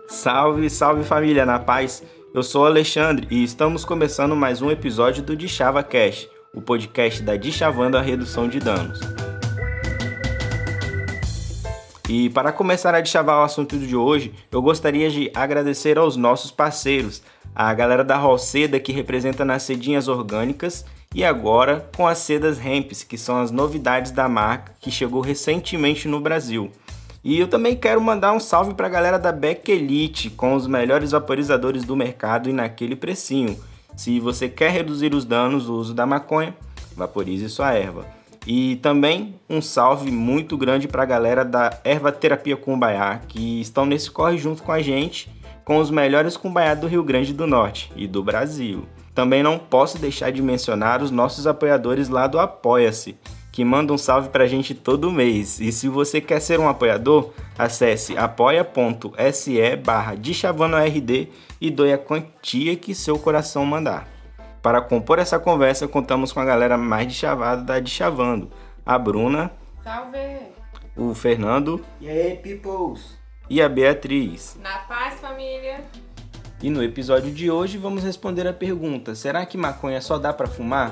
Salve, salve família, na paz. Eu sou o Alexandre e estamos começando mais um episódio do Dixava Cash, o podcast da Dixavando a Redução de Danos. E para começar a dixavar o assunto de hoje, eu gostaria de agradecer aos nossos parceiros, a galera da Rolseda que representa nas sedinhas orgânicas e agora com as sedas Hemps, que são as novidades da marca que chegou recentemente no Brasil. E eu também quero mandar um salve para a galera da Beck Elite, com os melhores vaporizadores do mercado e naquele precinho. Se você quer reduzir os danos do uso da maconha, vaporize sua erva. E também um salve muito grande para a galera da Erva Terapia Cumbaiá, que estão nesse corre junto com a gente, com os melhores cumbaiá do Rio Grande do Norte e do Brasil. Também não posso deixar de mencionar os nossos apoiadores lá do Apoia-se, que manda um salve pra gente todo mês. E se você quer ser um apoiador, acesse apoia.se/dixavanoRD e doe a quantia que seu coração mandar. Para compor essa conversa, contamos com a galera mais dixavada da Dixavando. A Bruna. Salve! O Fernando. E aí, peoples? E a Beatriz. Na paz, família! E no episódio de hoje vamos responder a pergunta: será que maconha só dá pra fumar?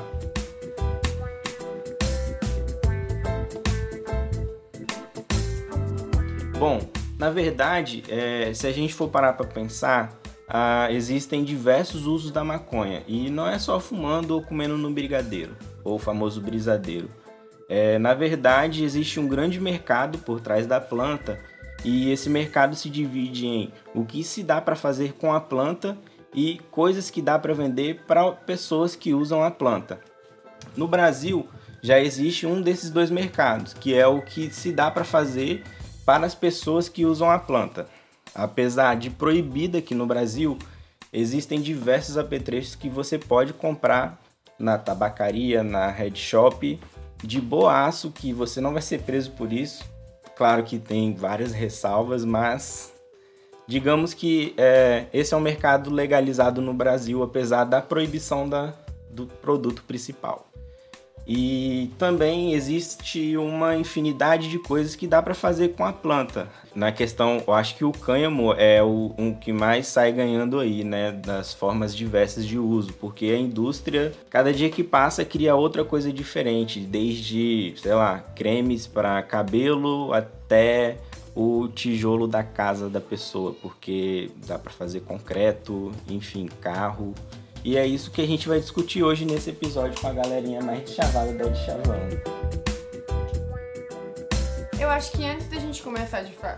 Bom, na verdade, se a gente for parar para pensar, existem diversos usos da maconha e não é só fumando ou comendo no brigadeiro, ou o famoso brisadeiro. Na verdade, existe um grande mercado por trás da planta e esse mercado se divide em o que se dá para fazer com a planta e coisas que dá para vender para pessoas que usam a planta. No Brasil, já existe um desses dois mercados, que é o que se dá para fazer para as pessoas que usam a planta. Apesar de proibida aqui no Brasil, existem diversos apetrechos que você pode comprar na tabacaria, na head shop, de boaço, que você não vai ser preso por isso. Claro que tem várias ressalvas, mas digamos que esse é um mercado legalizado no Brasil, apesar da proibição do produto principal. E também existe uma infinidade de coisas que dá para fazer com a planta. Na questão, eu acho que o cânhamo é um que mais sai ganhando aí, né, das formas diversas de uso, porque a indústria, cada dia que passa, cria outra coisa diferente, desde, sei lá, cremes para cabelo até o tijolo da casa da pessoa, porque dá para fazer concreto, enfim, carro. E é isso que a gente vai discutir hoje nesse episódio com a galerinha mais dixavada da Dixavando. Eu acho que antes da gente começar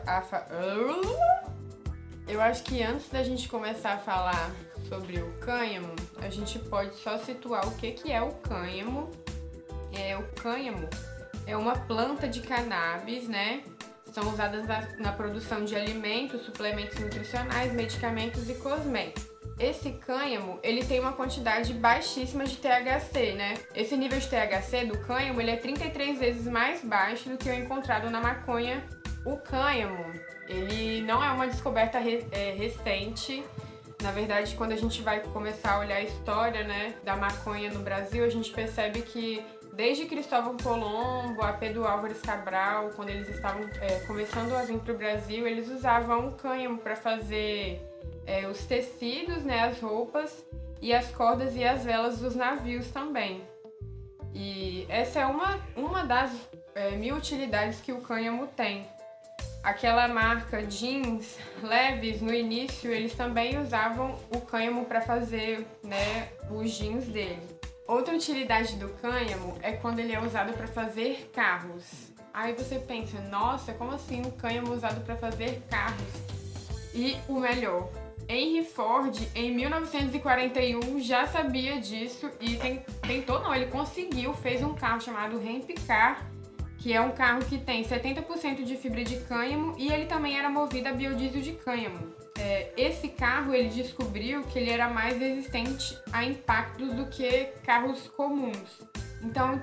a falar sobre o cânhamo, a gente pode só situar o que é o cânhamo. O cânhamo é uma planta de cannabis, né? São usadas na produção de alimentos, suplementos nutricionais, medicamentos e cosméticos. Esse cânhamo, ele tem uma quantidade baixíssima de THC, né? Esse nível de THC do cânhamo, ele é 33 vezes mais baixo do que o encontrado na maconha. O cânhamo, ele não é uma descoberta recente. Na verdade, quando a gente vai começar a olhar a história, né, da maconha no Brasil, a gente percebe que desde Cristóvão Colombo a Pedro Álvares Cabral, quando eles estavam começando a vir para o Brasil, eles usavam o cânhamo para fazer os tecidos, né, as roupas e as cordas e as velas dos navios também. E essa é uma das mil utilidades que o cânhamo tem. Aquela marca jeans leves, no início, eles também usavam o cânhamo para fazer, né, os jeans dele. Outra utilidade do cânhamo é quando ele é usado para fazer carros. Aí você pensa, nossa, como assim um cânhamo usado para fazer carros? E o melhor, Henry Ford, em 1941, já sabia disso e ele conseguiu, fez um carro chamado Hemp Car, que é um carro que tem 70% de fibra de cânhamo e ele também era movido a biodiesel de cânhamo. Esse carro, ele descobriu que ele era mais resistente a impactos do que carros comuns. Então,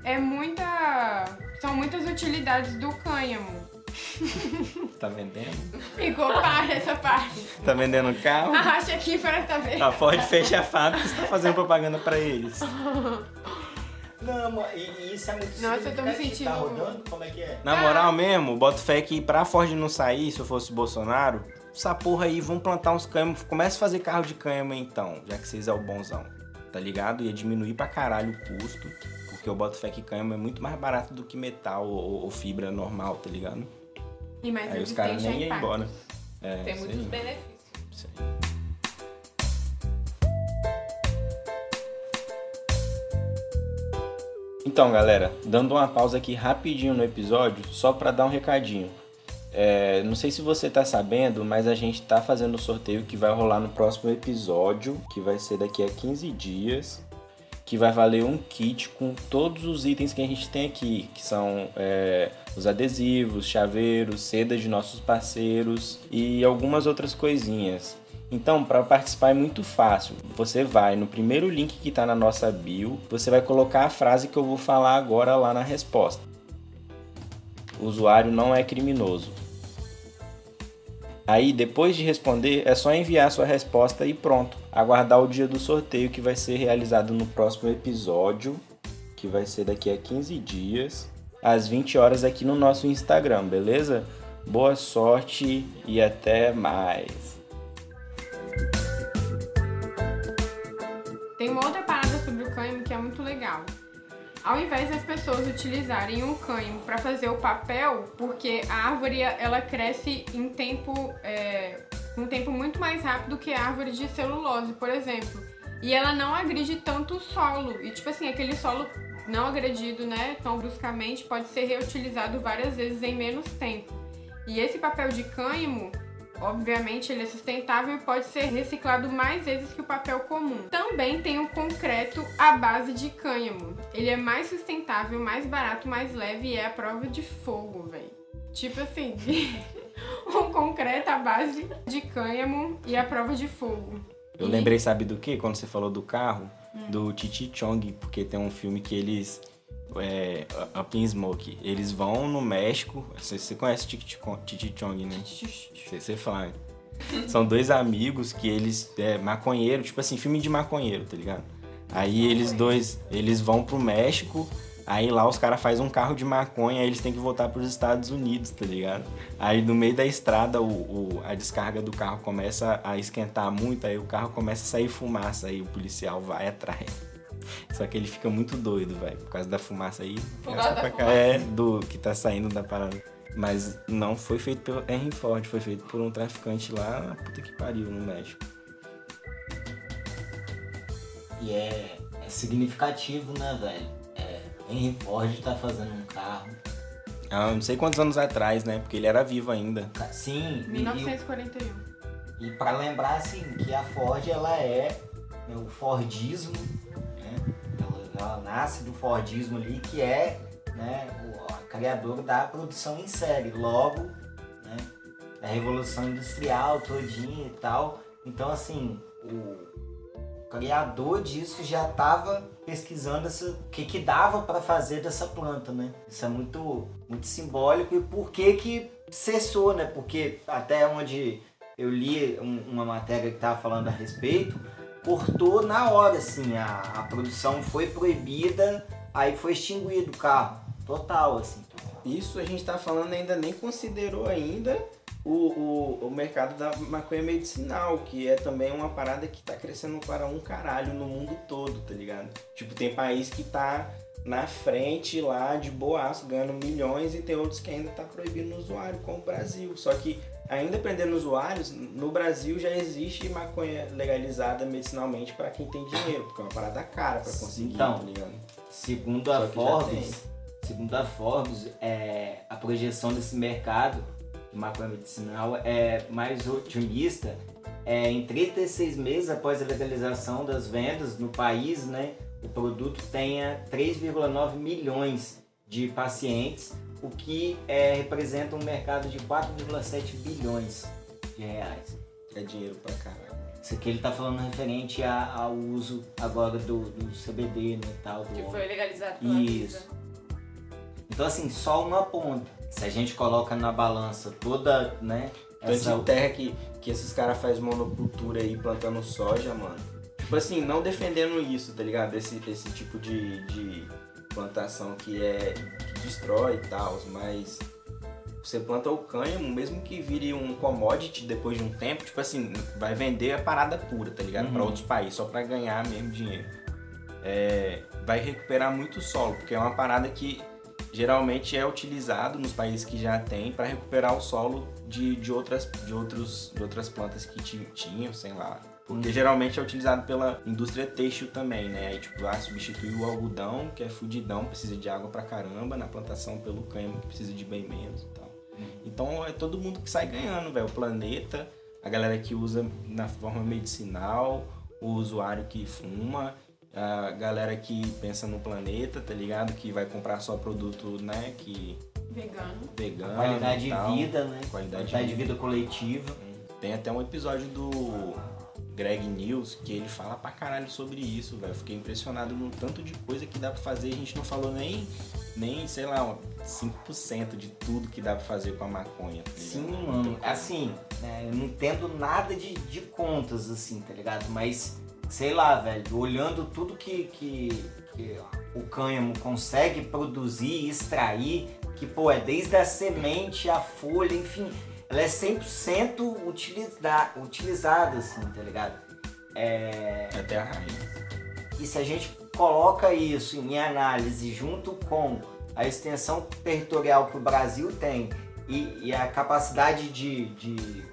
são muitas utilidades do cânhamo. Tá vendendo? Ficou para essa parte. Tá vendendo carro? Arracha aqui para saber. A Ford fecha a fábrica e está fazendo propaganda para eles. Não, e isso é muito Nossa, eu tô me significativo. sentindo... Tá rodando? Como é que é? Na moral mesmo, boto fé que pra Ford não sair, se eu fosse Bolsonaro, essa porra aí, vamos plantar uns cânhamo, começa a fazer carro de cânhamo então, já que vocês é o bonzão, tá ligado? Ia diminuir pra caralho o custo, porque eu boto fé que cânhamo é muito mais barato do que metal ou fibra normal, tá ligado? E mais Aí os caras nem iam embora. Tem isso muitos aí. benefícios. Isso aí. Então, galera, dando uma pausa aqui rapidinho no episódio, só para dar um recadinho. Não sei se você tá sabendo, mas a gente tá fazendo um sorteio que vai rolar no próximo episódio, que vai ser daqui a 15 dias, que vai valer um kit com todos os itens que a gente tem aqui, que são os adesivos, chaveiros, seda de nossos parceiros e algumas outras coisinhas. Então, para participar é muito fácil. Você vai no primeiro link que está na nossa bio, você vai colocar a frase que eu vou falar agora lá na resposta. O usuário não é criminoso. Aí, depois de responder, é só enviar sua resposta e pronto. Aguardar o dia do sorteio que vai ser realizado no próximo episódio, que vai ser daqui a 15 dias, às 20 horas aqui no nosso Instagram, beleza? Boa sorte e até mais! Tem uma outra parada sobre o cânhamo que é muito legal. Ao invés das pessoas utilizarem o cânhamo para fazer o papel, porque a árvore ela cresce em um tempo muito mais rápido que a árvore de celulose, por exemplo. E ela não agride tanto o solo. E tipo assim, aquele solo não agredido, né, tão bruscamente, pode ser reutilizado várias vezes em menos tempo. E esse papel de cânhamo, obviamente, ele é sustentável e pode ser reciclado mais vezes que o papel comum. Também tem o concreto à base de cânhamo. Ele é mais sustentável, mais barato, mais leve e é a prova de fogo, velho. Tipo assim, o concreto à base de cânhamo e a prova de fogo. Eu lembrei, sabe do quê? Quando você falou do carro, do Cheech Chong, porque tem um filme que eles... Up in Smoke. Eles vão no México. Você conhece Cheech Chong, né? Você fala. São dois amigos que eles... maconheiro, tipo assim, filme de maconheiro, tá ligado? Aí eles vão pro México. Aí lá os caras fazem um carro de maconha. Aí eles têm que voltar pros Estados Unidos, tá ligado? Aí no meio da estrada a descarga do carro começa a esquentar muito. Aí o carro começa a sair fumaça. Aí o policial vai atrás. Só que ele fica muito doido, velho, por causa da fumaça aí. Por causa da fumaça. Do que tá saindo da parada. Mas não foi feito pelo Henry Ford, foi feito por um traficante lá na puta que pariu, no México. E é significativo, né, velho? Henry Ford tá fazendo um carro. Não sei quantos anos atrás, né? Porque ele era vivo ainda. Sim. 1941. E pra lembrar, assim, que a Ford, ela é o Fordismo, né? Ela nasce do Fordismo ali, que é, né, a criadora da produção em série, logo, né, da Revolução Industrial todinha e tal. Então, assim, o criador disso já estava pesquisando o que dava para fazer dessa planta, né? Isso é muito, muito simbólico. E por que cessou, né? Porque até onde eu li uma matéria que estava falando a respeito, cortou na hora, assim, a produção foi proibida, aí foi extinguido o carro, total, assim. Isso a gente tá falando ainda nem considerou ainda o mercado da maconha medicinal, que é também uma parada que tá crescendo para um caralho no mundo todo, tá ligado? Tipo, tem país que tá na frente lá de boaço, ganhando milhões, e tem outros que ainda tá proibindo o usuário, como o Brasil. Só que, ainda prendendo usuários, no Brasil já existe maconha legalizada medicinalmente para quem tem dinheiro, porque é uma parada cara para conseguir, então, tá ligado? Segundo a Forbes, a projeção desse mercado de maconha medicinal é mais otimista. Em 36 meses após a legalização das vendas no país, né, o produto tenha 3,9 milhões de pacientes, o que representa um mercado de 4,7 bilhões de reais. É dinheiro pra caralho. Isso aqui ele tá falando referente ao uso agora do CBD, né, tal. Que foi legalizado pela Anvisa. Então, assim, só uma ponta. Se a gente coloca na balança toda, né, Tanto de terra que esses caras fazem monocultura aí, plantando soja, mano. Tipo assim, não defendendo isso, tá ligado? Esse tipo de plantação que destrói e tal, mas você planta o cânhamo, mesmo que vire um commodity depois de um tempo, tipo assim, vai vender a parada pura, tá ligado? Pra outros países, só pra ganhar mesmo dinheiro. Vai recuperar muito solo, porque é uma parada que geralmente é utilizado nos países que já tem para recuperar o solo de outras plantas que tinham, sei lá. Porque geralmente é utilizado pela indústria têxtil também, né? Aí tipo, substitui o algodão, que é fudidão, precisa de água pra caramba, na plantação pelo cânhamo, que precisa de bem menos e tal. Então é todo mundo que sai ganhando, velho. O planeta, a galera que usa na forma medicinal, o usuário que fuma, a galera que pensa no planeta, tá ligado? Que vai comprar só produto, né, vegano, qualidade de vida, né? Qualidade de vida coletiva. Tem até um episódio do Greg News que ele fala pra caralho sobre isso, velho. Fiquei impressionado no tanto de coisa que dá pra fazer. A gente não falou nem sei lá, 5% de tudo que dá pra fazer com a maconha. Tá? Sim, mano. Assim, né, eu não entendo nada de contas, assim, tá ligado? Mas, sei lá, velho, olhando tudo que o cânhamo consegue produzir, extrair, que, pô, é desde a semente, a folha, enfim, ela é 100% utilizada, assim, tá ligado? Até a raiz. E se a gente coloca isso em análise junto com a extensão territorial que o Brasil tem e a capacidade de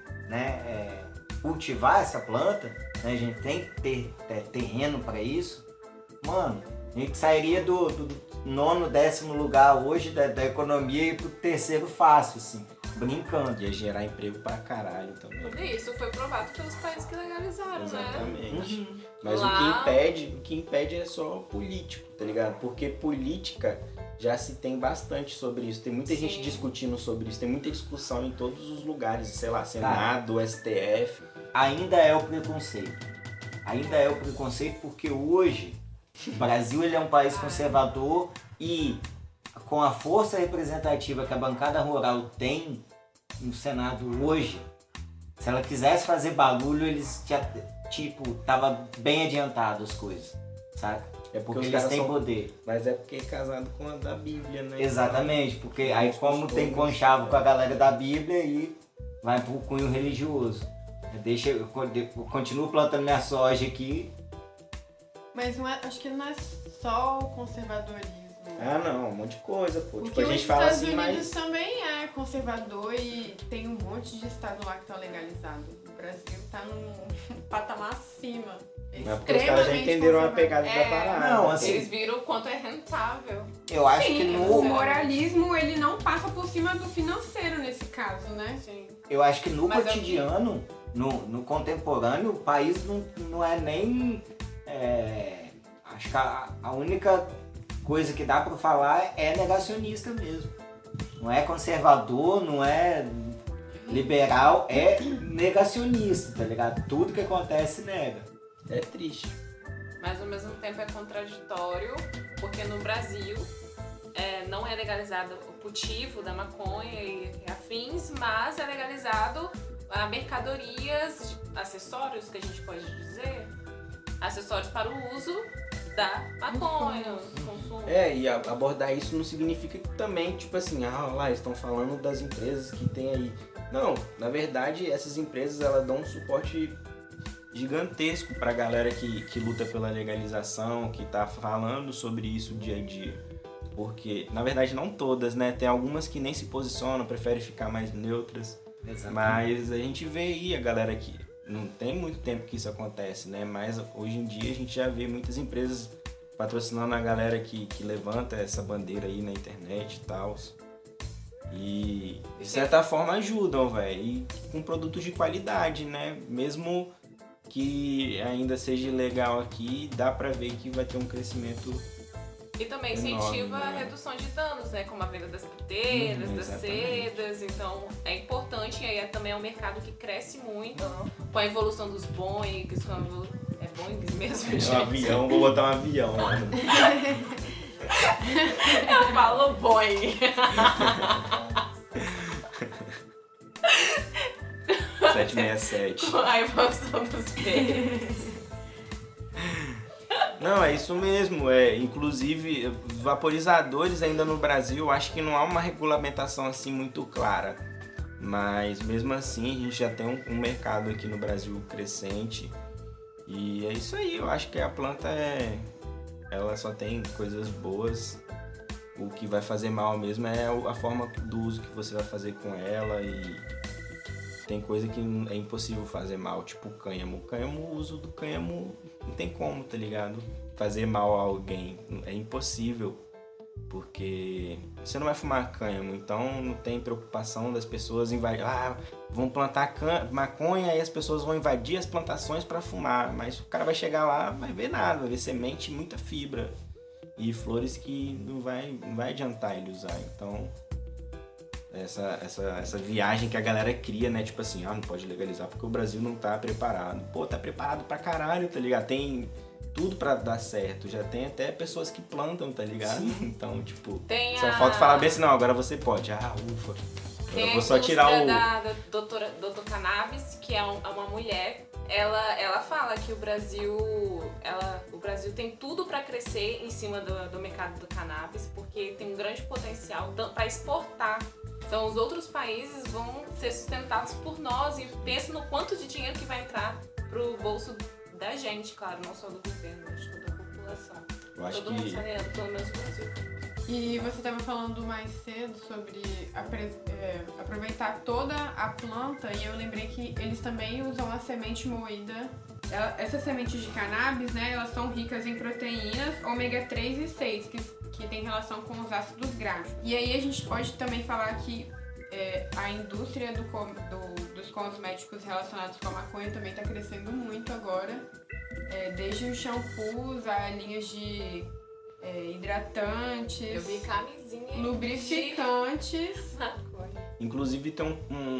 cultivar essa planta, né? A gente tem que ter terreno para isso, mano, a gente sairia do 9º, 10º lugar hoje da economia e ir pro 3º fácil, assim, brincando. Ia gerar emprego pra caralho também. Isso foi provado pelos países que legalizaram, exatamente. Né? Mas lá... o que impede é só político, tá ligado? Porque política já se tem bastante sobre isso. Tem muita gente discutindo sobre isso, tem muita discussão em todos os lugares, sei lá, Senado, STF. Ainda é o preconceito. Ainda é o preconceito porque hoje o Brasil ele é um país conservador e com a força representativa que a bancada rural tem no Senado hoje, se ela quisesse fazer barulho, eles já, tava bem adiantado as coisas, saca? É porque eles têm poder. Mas é porque é casado com a da Bíblia, né? Exatamente, porque aí como tem conchavo com a galera da Bíblia e vai pro cunho religioso. Eu continuo plantando minha soja aqui. Mas acho que não é só o conservadorismo. Ah, não, um monte de coisa, pô. Porque a gente os fala Estados assim, Unidos também é conservador e tem um monte de estado lá que tá legalizado. O Brasil tá num patamar acima. Não é porque os caras já entenderam a pegada da parada. Não, assim, eles viram o quanto é rentável. Eu acho que o moralismo, ele não passa por cima do financeiro nesse caso, né? Sim. Eu acho que no cotidiano, no contemporâneo, o país não é nem... acho que a única coisa que dá pra falar é negacionista mesmo. Não é conservador, não é liberal, é negacionista, tá ligado? Tudo que acontece nega. É triste. Mas ao mesmo tempo é contraditório, porque no Brasil não é legalizado o cultivo da maconha e afins, mas é legalizado mercadorias, acessórios que a gente pode dizer, acessórios para o uso da maconha, consumo. E abordar isso não significa que também, tipo assim, lá estão falando das empresas que tem aí. Não, na verdade essas empresas elas dão um suporte gigantesco pra galera que luta pela legalização, que tá falando sobre isso dia a dia. Porque, na verdade, não todas, né? Tem algumas que nem se posicionam, preferem ficar mais neutras. Exatamente. Mas a gente vê aí a galera que... Não tem muito tempo que isso acontece, né? Mas hoje em dia a gente já vê muitas empresas patrocinando a galera que levanta essa bandeira aí na internet e tal. E, de certa forma, ajudam, velho. E com produtos de qualidade, né? Mesmo que ainda seja legal aqui, dá pra ver que vai ter um crescimento e também enorme, incentiva né? a redução de danos, né? Como a venda das piteiras, das sedas. Então é importante, e aí também é um mercado que cresce muito com a evolução dos Boeings. É Boeing mesmo, gente? É um avião, vou botar um avião lá. Eu falo Boeing. 767. Com a evolução dos peixes. Não, é isso mesmo. Inclusive, vaporizadores ainda no Brasil, acho que não há uma regulamentação assim muito clara. Mas mesmo assim, a gente já tem um mercado aqui no Brasil crescente. E é isso aí, eu acho que a planta ela só tem coisas boas. O que vai fazer mal mesmo é a forma do uso que você vai fazer com ela, e tem coisa que é impossível fazer mal, tipo o cânhamo. O uso do cânhamo não tem como, tá ligado? Fazer mal a alguém, é impossível, porque você não vai fumar cânhamo, então não tem preocupação das pessoas invadir. Vão plantar maconha e as pessoas vão invadir as plantações para fumar, mas o cara vai chegar lá, vai ver nada, vai ver semente e muita fibra. E flores que não vai adiantar ele usar. Então, essa viagem que a galera cria, né? Tipo assim, não pode legalizar porque o Brasil não tá preparado. Pô, tá preparado pra caralho, tá ligado? Tem tudo pra dar certo. Já tem até pessoas que plantam, tá ligado? Sim. Então, tipo, só falta falar bem assim, não, agora você pode. Ufa. Tem vou só tirar da doutor Cannabis, que é uma mulher. Ela fala que o Brasil tem tudo para crescer em cima do mercado do cannabis, porque tem um grande potencial para exportar. Então os outros países vão ser sustentados por nós, e pensa no quanto de dinheiro que vai entrar pro bolso da gente, claro, não só do governo, mas de toda a população. Eu acho Todo mundo saneando, pelo menos o Brasil. E você estava falando mais cedo sobre aproveitar toda a planta, e eu lembrei que eles também usam a semente moída. Essas sementes de cannabis, né, elas são ricas em proteínas ômega 3 e 6, que tem relação com os ácidos graxos. E aí a gente pode também falar que a indústria dos cosméticos relacionados com a maconha também está crescendo muito agora. Desde os shampoos a linhas de hidratantes, eu vi camisinha, lubrificantes. Inclusive tem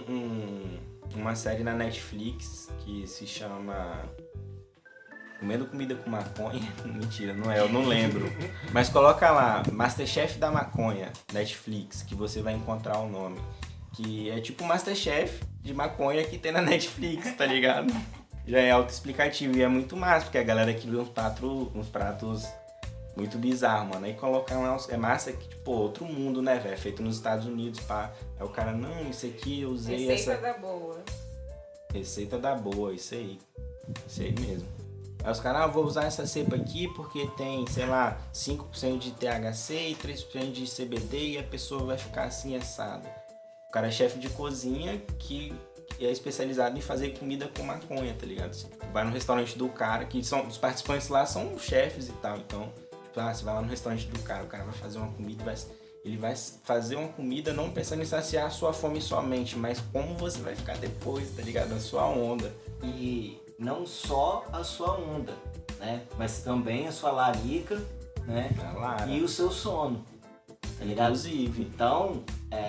uma série na Netflix que se chama Comendo Comida com Maconha. Mentira, não é, eu não lembro. Mas coloca lá, Masterchef da Maconha, Netflix, que você vai encontrar o nome. Que é tipo Masterchef de maconha que tem na Netflix, tá ligado? Já é autoexplicativo e é muito massa, porque a galera cria uns pratos muito bizarro, mano. Aí colocam lá, é massa que, tipo, outro mundo, né, velho? Feito nos Estados Unidos, pá. Aí o cara, não, isso aqui eu usei Receita da boa. Receita da boa, isso aí. Isso aí mesmo. Aí os caras, vou usar essa cepa aqui porque tem, sei lá, 5% de THC e 3% de CBD e a pessoa vai ficar assim assada. O cara é chefe de cozinha que é especializado em fazer comida com maconha, tá ligado? Você vai no restaurante do cara, que os participantes lá são chefes e tal, então... você vai lá no restaurante do cara, o cara vai fazer uma comida, ele vai fazer uma comida não pensando em saciar a sua fome somente, mas como você vai ficar depois, tá ligado? A sua onda. E não só a sua onda, né? Mas também a sua larica, né? E o seu sono, tá ligado? Inclusive. Então,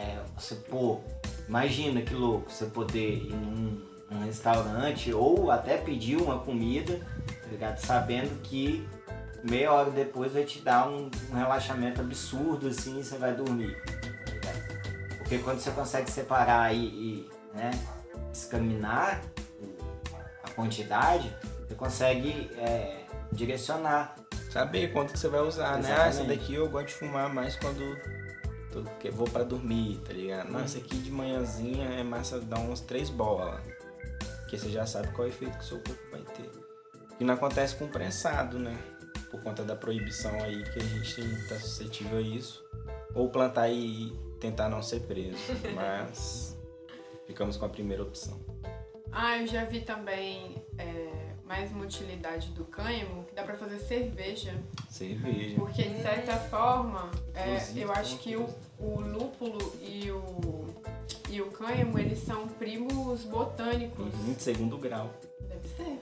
imagina que louco, você poder ir num restaurante ou até pedir uma comida, tá ligado? Sabendo que meia hora depois vai te dar um relaxamento absurdo assim e você vai dormir. Porque quando você consegue separar e escaminar a quantidade, você consegue direcionar. Saber quanto que você vai usar, Exatamente. né? Essa daqui eu gosto de fumar mais quando vou pra dormir, tá ligado? Não, essa aqui de manhãzinha é massa dar uns 3 bolas. Porque você já sabe qual é o efeito que o seu corpo vai ter. E não acontece com prensado, né? Por conta da proibição aí que a gente tá suscetível a isso. Ou plantar e tentar não ser preso. Mas ficamos com a primeira opção. Eu já vi também mais uma utilidade do cânhamo, que dá pra fazer cerveja. Cerveja. Porque de certa forma, eu acho que o lúpulo e o cânhamo, eles são primos botânicos. De segundo grau. Deve ser.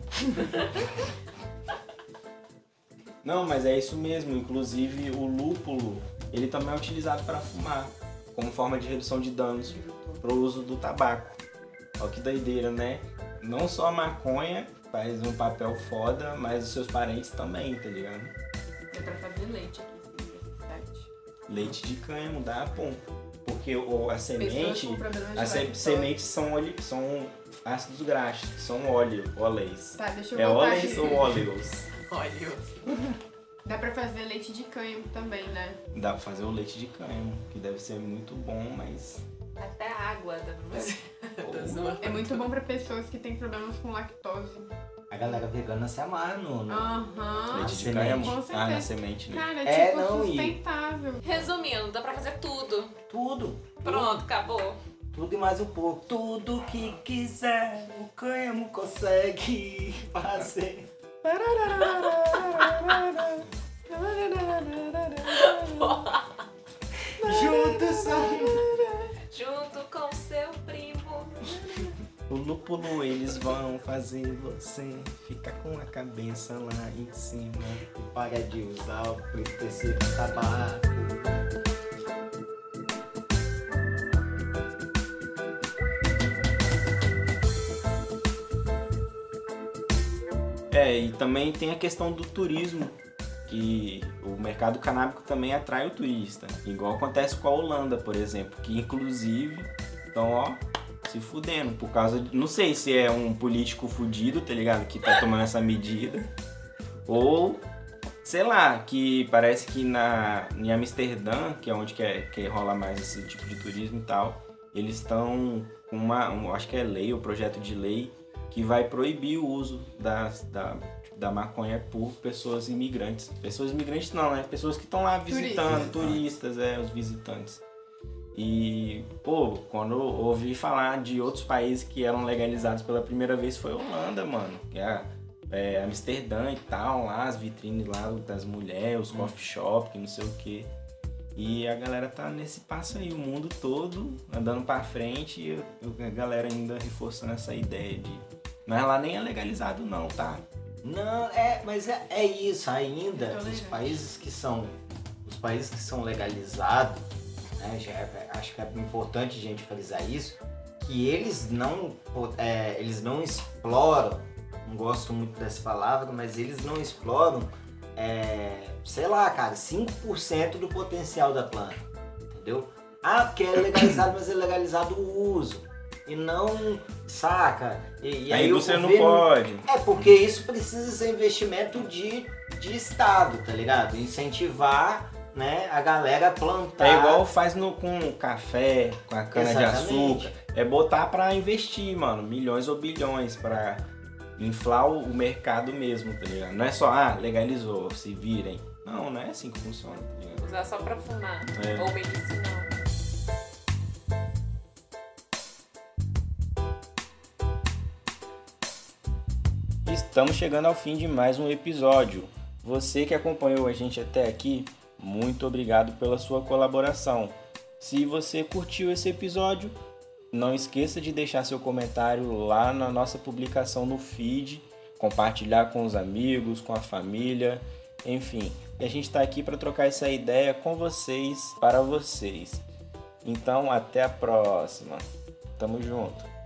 Não, mas é isso mesmo. Inclusive o lúpulo, ele também é utilizado para fumar, como forma de redução de danos pro uso do tabaco. Olha que doideira, né? Não só a maconha faz um papel foda, mas os seus parentes também, tá ligado? Dá pra fazer leite aqui, se necessidade. Leite de cânhamo, dá, pô. porque a Pessoas semente, com problemas de as lactose. sementes são ácidos graxos, que são óleos. Tá, deixa eu É voltar óleos aqui. ou óleos? Olha, Dá pra fazer leite de cânhamo também, né? Dá pra fazer o leite de cânhamo, que deve ser muito bom, mas... até a água dá pra fazer. Tô zoando. É muito bom pra pessoas que têm problemas com lactose. A galera vegana se amarra no Aham. Leite de semente. cânhamo? Com Ah, na certeza. semente, né? Cara, É, é tipo não, e- sustentável. Resumindo, dá pra fazer tudo. tudo. Pronto, acabou. Tudo e mais um pouco. Tudo que quiser, o cânhamo consegue fazer. Juntos Junto com seu primo. O lúpulo eles vão fazer você ficar com a cabeça lá em cima. para de usar o tecido de tabaco. E também tem a questão do turismo, que o mercado canábico também atrai o turista, igual acontece com a Holanda, por exemplo, que inclusive estão, ó, se fudendo por causa de, não sei se é um político fudido, tá ligado, que tá tomando essa medida, ou sei lá, que parece que em Amsterdã, que é onde que rola mais esse tipo de turismo e tal, eles estão com acho que é lei, ou projeto de lei, que vai proibir o uso da maconha por pessoas imigrantes. Pessoas imigrantes não, né? Pessoas que estão lá visitando, turistas, os visitantes. E, pô, quando eu ouvi falar de outros países que eram legalizados pela primeira vez, foi Holanda, mano. Que é Amsterdã e tal, lá, as vitrines lá das mulheres, os coffee shop, que não sei o quê. E a galera tá nesse passo aí, o mundo todo andando pra frente e a galera ainda reforçando essa ideia de... Mas lá nem é legalizado não, tá? Não, mas é isso ainda. Os países que são legalizados, né, acho que é importante a gente frisar isso, que eles não exploram, não gosto muito dessa palavra, mas eles não exploram, sei lá, cara, 5% do potencial da planta, entendeu? Ah, porque é legalizado, mas é legalizado o uso. E não, saca? E aí você o não governo, pode. Porque isso precisa ser investimento de Estado, tá ligado? Incentivar, né, a galera a plantar. É igual faz com café, com a cana de açúcar. É botar pra investir, mano, milhões ou bilhões pra inflar o mercado mesmo, tá ligado? Não é só, legalizou, se virem. Não é assim que funciona, tá ligado? Usar só pra fumar. É. Ou medicinal. Estamos chegando ao fim de mais um episódio. Você que acompanhou a gente até aqui, muito obrigado pela sua colaboração. Se você curtiu esse episódio, não esqueça de deixar seu comentário lá na nossa publicação no feed, compartilhar com os amigos, com a família, enfim. E a gente está aqui para trocar essa ideia com vocês, para vocês. Então, até a próxima. Tamo junto.